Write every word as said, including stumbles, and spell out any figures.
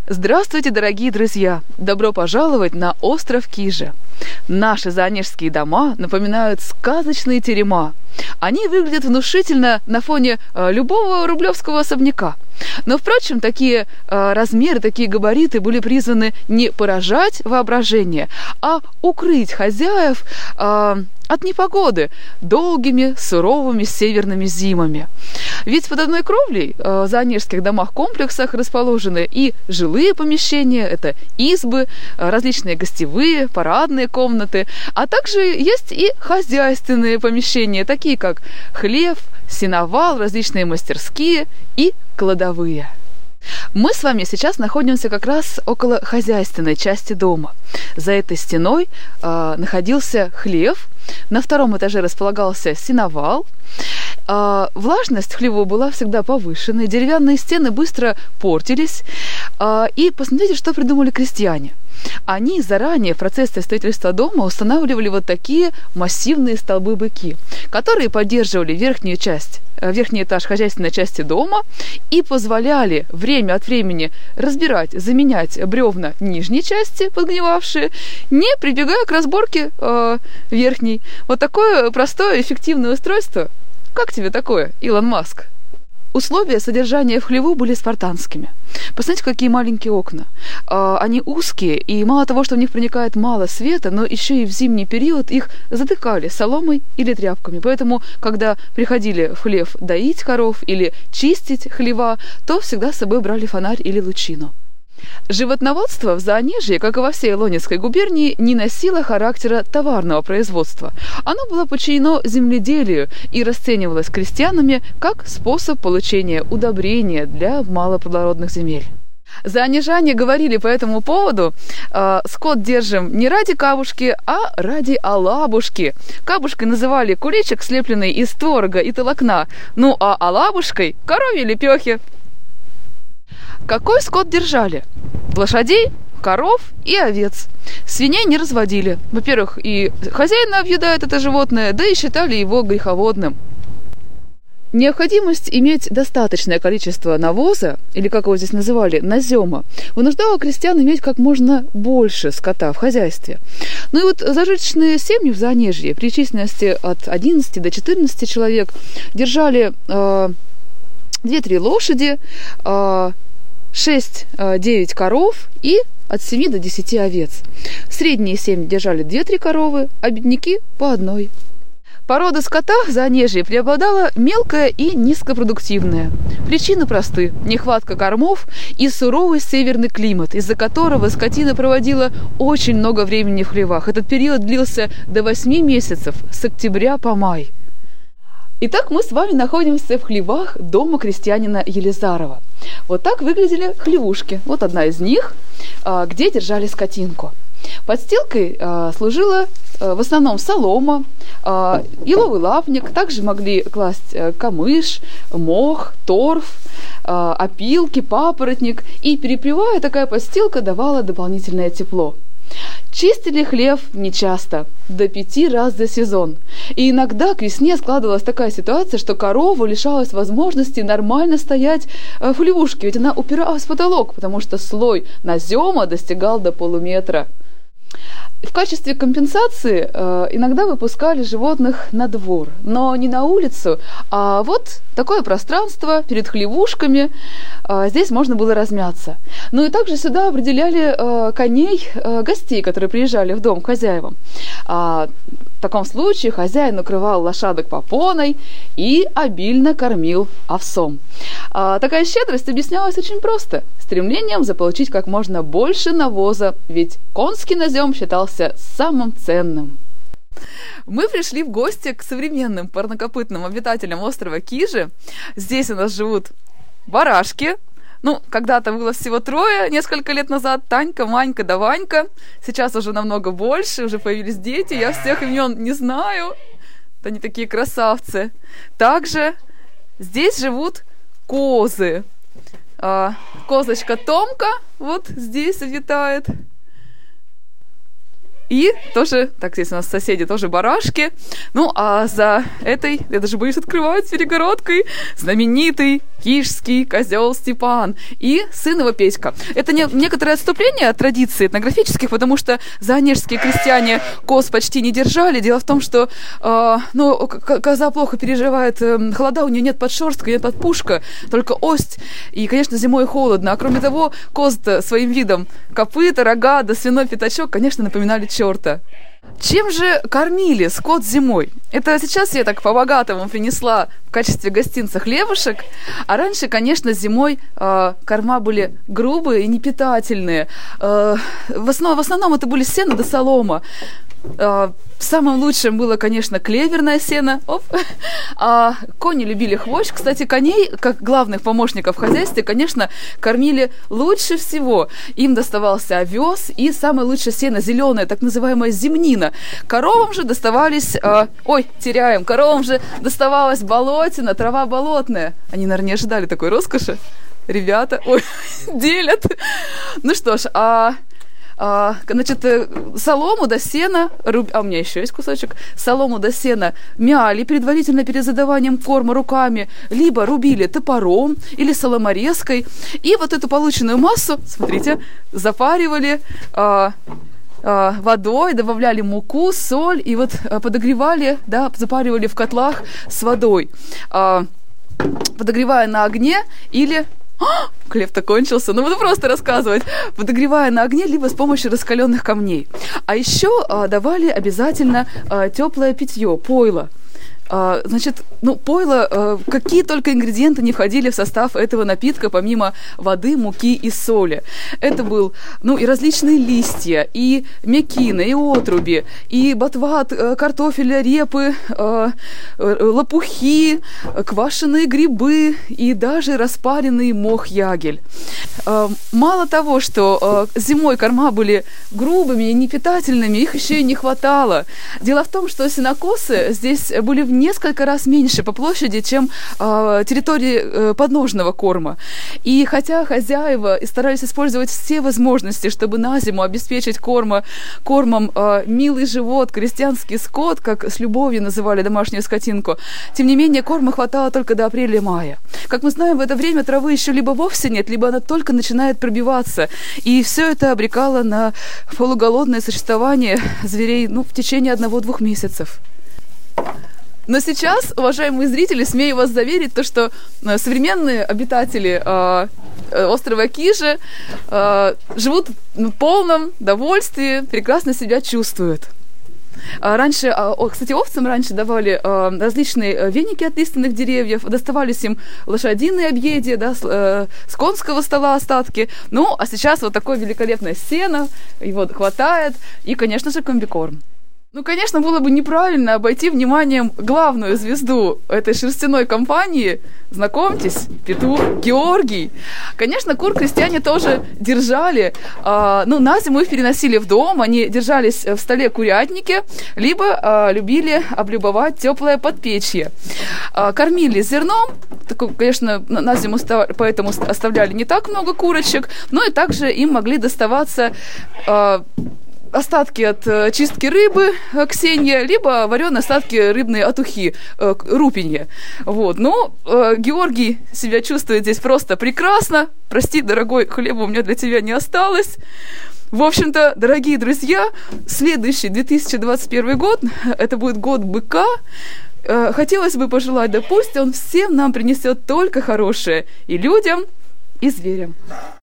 Здравствуйте, дорогие друзья! Добро пожаловать на остров Кижа. Наши заонежские дома напоминают сказочные терема. Они выглядят внушительно на фоне э, любого рублевского особняка. Но, впрочем, такие э, размеры, такие габариты были призваны не поражать воображение, а укрыть хозяев э, от непогоды долгими суровыми северными зимами. Ведь под одной кровлей э, в заонежских домах-комплексах расположены и жилые помещения, это избы, э, различные гостевые, парадные комнаты, а также есть и хозяйственные помещения, такие как хлев, сеновал, различные мастерские и кладовые. Мы с вами сейчас находимся как раз около хозяйственной части дома. За этой стеной э, находился хлев, на втором этаже располагался сеновал. Э, влажность в хлеву была всегда повышенной, деревянные стены быстро портились. Э, и посмотрите, что придумали крестьяне. Они заранее в процессе строительства дома устанавливали вот такие массивные столбы-быки, которые поддерживали верхнюю часть, верхний этаж хозяйственной части дома и позволяли время от времени разбирать, заменять бревна нижней части, подгнивавшие, не прибегая к разборке э, верхней. Вот такое простое, эффективное устройство. Как тебе такое, Илон Маск? Условия содержания в хлеву были спартанскими. Посмотрите, какие маленькие окна. Они узкие, и мало того, что в них проникает мало света, но еще и в зимний период их затыкали соломой или тряпками. Поэтому, когда приходили в хлев доить коров или чистить хлева, то всегда с собой брали фонарь или лучину. Животноводство в Заонежье, как и во всей Илонецкой губернии, не носило характера товарного производства. Оно было подчинено земледелию и расценивалось крестьянами как способ получения удобрения для малоплодородных земель. Заонежане говорили по этому поводу: э, скот держим не ради кабушки, а ради алабушки. Кабушкой называли куличик, слепленный из творога и толокна, ну а алабушкой – коровьи лепехи. Какой скот держали? Лошадей, коров и овец. Свиней не разводили. Во-первых, и хозяин объедает это животное, да и считали его греховодным. Необходимость иметь достаточное количество навоза, или, как его здесь называли, назема, вынуждала крестьян иметь как можно больше скота в хозяйстве. Ну и вот зажиточные семьи в Заонежье при численности от одиннадцати до четырнадцати человек держали э, две-три лошади, э, шесть-девять коров и от семи до десяти овец. Средние семьи держали две-три коровы, а бедняки по одной. Порода скота в Заонежье преобладала мелкая и низкопродуктивная. Причины просты: нехватка кормов и суровый северный климат, из-за которого скотина проводила очень много времени в хлевах. Этот период длился до восьми месяцев, с октября по май. Итак, мы с вами находимся в хлевах дома крестьянина Елизарова. Вот так выглядели хлевушки. Вот одна из них, где держали скотинку. Подстилкой служила в основном солома, еловый лапник. Также могли класть камыш, мох, торф, опилки, папоротник. И перепревая, такая подстилка давала дополнительное тепло. Чистили хлев нечасто, до пяти раз за сезон. И иногда к весне складывалась такая ситуация, что корова лишалась возможности нормально стоять в хлевушке, ведь она упиралась в потолок, потому что слой назема достигал до полуметра. В качестве компенсации э, иногда выпускали животных на двор, но не на улицу, а вот такое пространство перед хлевушками, э, здесь можно было размяться. Ну и также сюда определяли э, коней э, гостей, которые приезжали в дом к хозяевам. А, в таком случае хозяин накрывал лошадок попоной и обильно кормил овсом. А, такая щедрость объяснялась очень просто: стремлением заполучить как можно больше навоза, ведь конский назем считался самым ценным. Мы пришли в гости к современным парнокопытным обитателям острова Кижи. Здесь у нас живут барашки. Ну, когда-то было всего трое, несколько лет назад: Танька, Манька да Ванька. Сейчас уже намного больше, уже появились дети. Я всех имен не знаю. Они такие красавцы. Также здесь живут козы. А, козочка Томка вот здесь обитает. И тоже, так, здесь у нас соседи тоже барашки. Ну, а за этой, я даже боюсь открывать, перегородкой, знаменитый кишский козел Степан и сын его Петька. Это не, некоторое отступление от традиций этнографических, потому что заонежские крестьяне коз почти не держали. Дело в том, что э, ну, коза плохо переживает э, холода, у нее нет подшерстка, нет подпушка, только ость. И, конечно, зимой холодно. А кроме того, коз-то своим видом копыта, рога, да свиной пятачок, конечно, напоминали черта. Чем же кормили скот зимой? Это сейчас я так по-богатому принесла в качестве гостинца хлебушек, а раньше, конечно, зимой э, корма были грубые и непитательные. Э, в, основ, в основном это были сено да солома. Э, самым лучшим было, конечно, клеверное сено. Оп. А кони любили хвощ. Кстати, коней, как главных помощников в хозяйстве, конечно, кормили лучше всего. Им доставался овес и самое лучшее сено, зеленое, так называемая земнина. Коровам же доставались... Э, ой, теряем. Коровам же доставалась болотина, трава болотная. Они, наверное, не ожидали такой роскоши. Ребята, ой, делят. Ну что ж, а... А, значит, солому до сена, руб... а у меня еще есть кусочек, солому до сена мяли предварительно перед задаванием корма руками, либо рубили топором или соломорезкой, и вот эту полученную массу, смотрите, запаривали а, а, водой, добавляли муку, соль, и вот подогревали, да, запаривали в котлах с водой, а, подогревая на огне или... А, хлеб-то кончился, ну буду просто рассказывать. Подогревая на огне, либо с помощью раскаленных камней. А еще а, давали обязательно а, теплое питье, пойло. А, значит, ну, пойло, а, какие только ингредиенты не входили в состав этого напитка, помимо воды, муки и соли. Это был, ну, и различные листья, и мекины, и отруби, и ботва от а, картофеля, репы, а, лопухи, квашеные грибы и даже распаренный мох ягель. А, мало того, что а, зимой корма были грубыми и непитательными, их еще и не хватало. Дело в том, что сенокосы здесь были в несколько раз меньше по площади, чем э, территории э, подножного корма. И хотя хозяева старались использовать все возможности, чтобы на зиму обеспечить корма, кормом э, милый живот, крестьянский скот, как с любовью называли домашнюю скотинку, тем не менее корма хватало только до апреля-мая. Как мы знаем, в это время травы еще либо вовсе нет, либо она только начинает пробиваться. И все это обрекало на полуголодное существование зверей, ну, в течение одного-двух месяцев. Но сейчас, уважаемые зрители, смею вас заверить, то, что современные обитатели э, острова Кижи э, живут в полном довольстве, прекрасно себя чувствуют. А раньше, а, кстати, овцам раньше давали а, различные веники от лиственных деревьев, доставались им лошадиные объедья, да, с, а, с конского стола остатки. Ну, а сейчас вот такое великолепное сено, его хватает, и, конечно же, комбикорм. Ну, конечно, было бы неправильно обойти вниманием главную звезду этой шерстяной компании. Знакомьтесь, петух Георгий. Конечно, кур крестьяне тоже держали. А, ну, на зиму их переносили в дом, они держались в столе курятники, либо а, любили облюбовать теплое подпечье. А, кормили зерном, такой, конечно, на зиму поэтому оставляли не так много курочек, но и также им могли доставаться... А, остатки от э, чистки рыбы э, Ксения, либо вареные остатки рыбной от ухи, э, рупинья. Вот. Но э, Георгий себя чувствует здесь просто прекрасно. Прости, дорогой, хлеба у меня для тебя не осталось. В общем-то, дорогие друзья, следующий две тысячи двадцать первый год, это будет год быка. Э, хотелось бы пожелать, да пусть он всем нам принесет только хорошее, и людям, и зверям.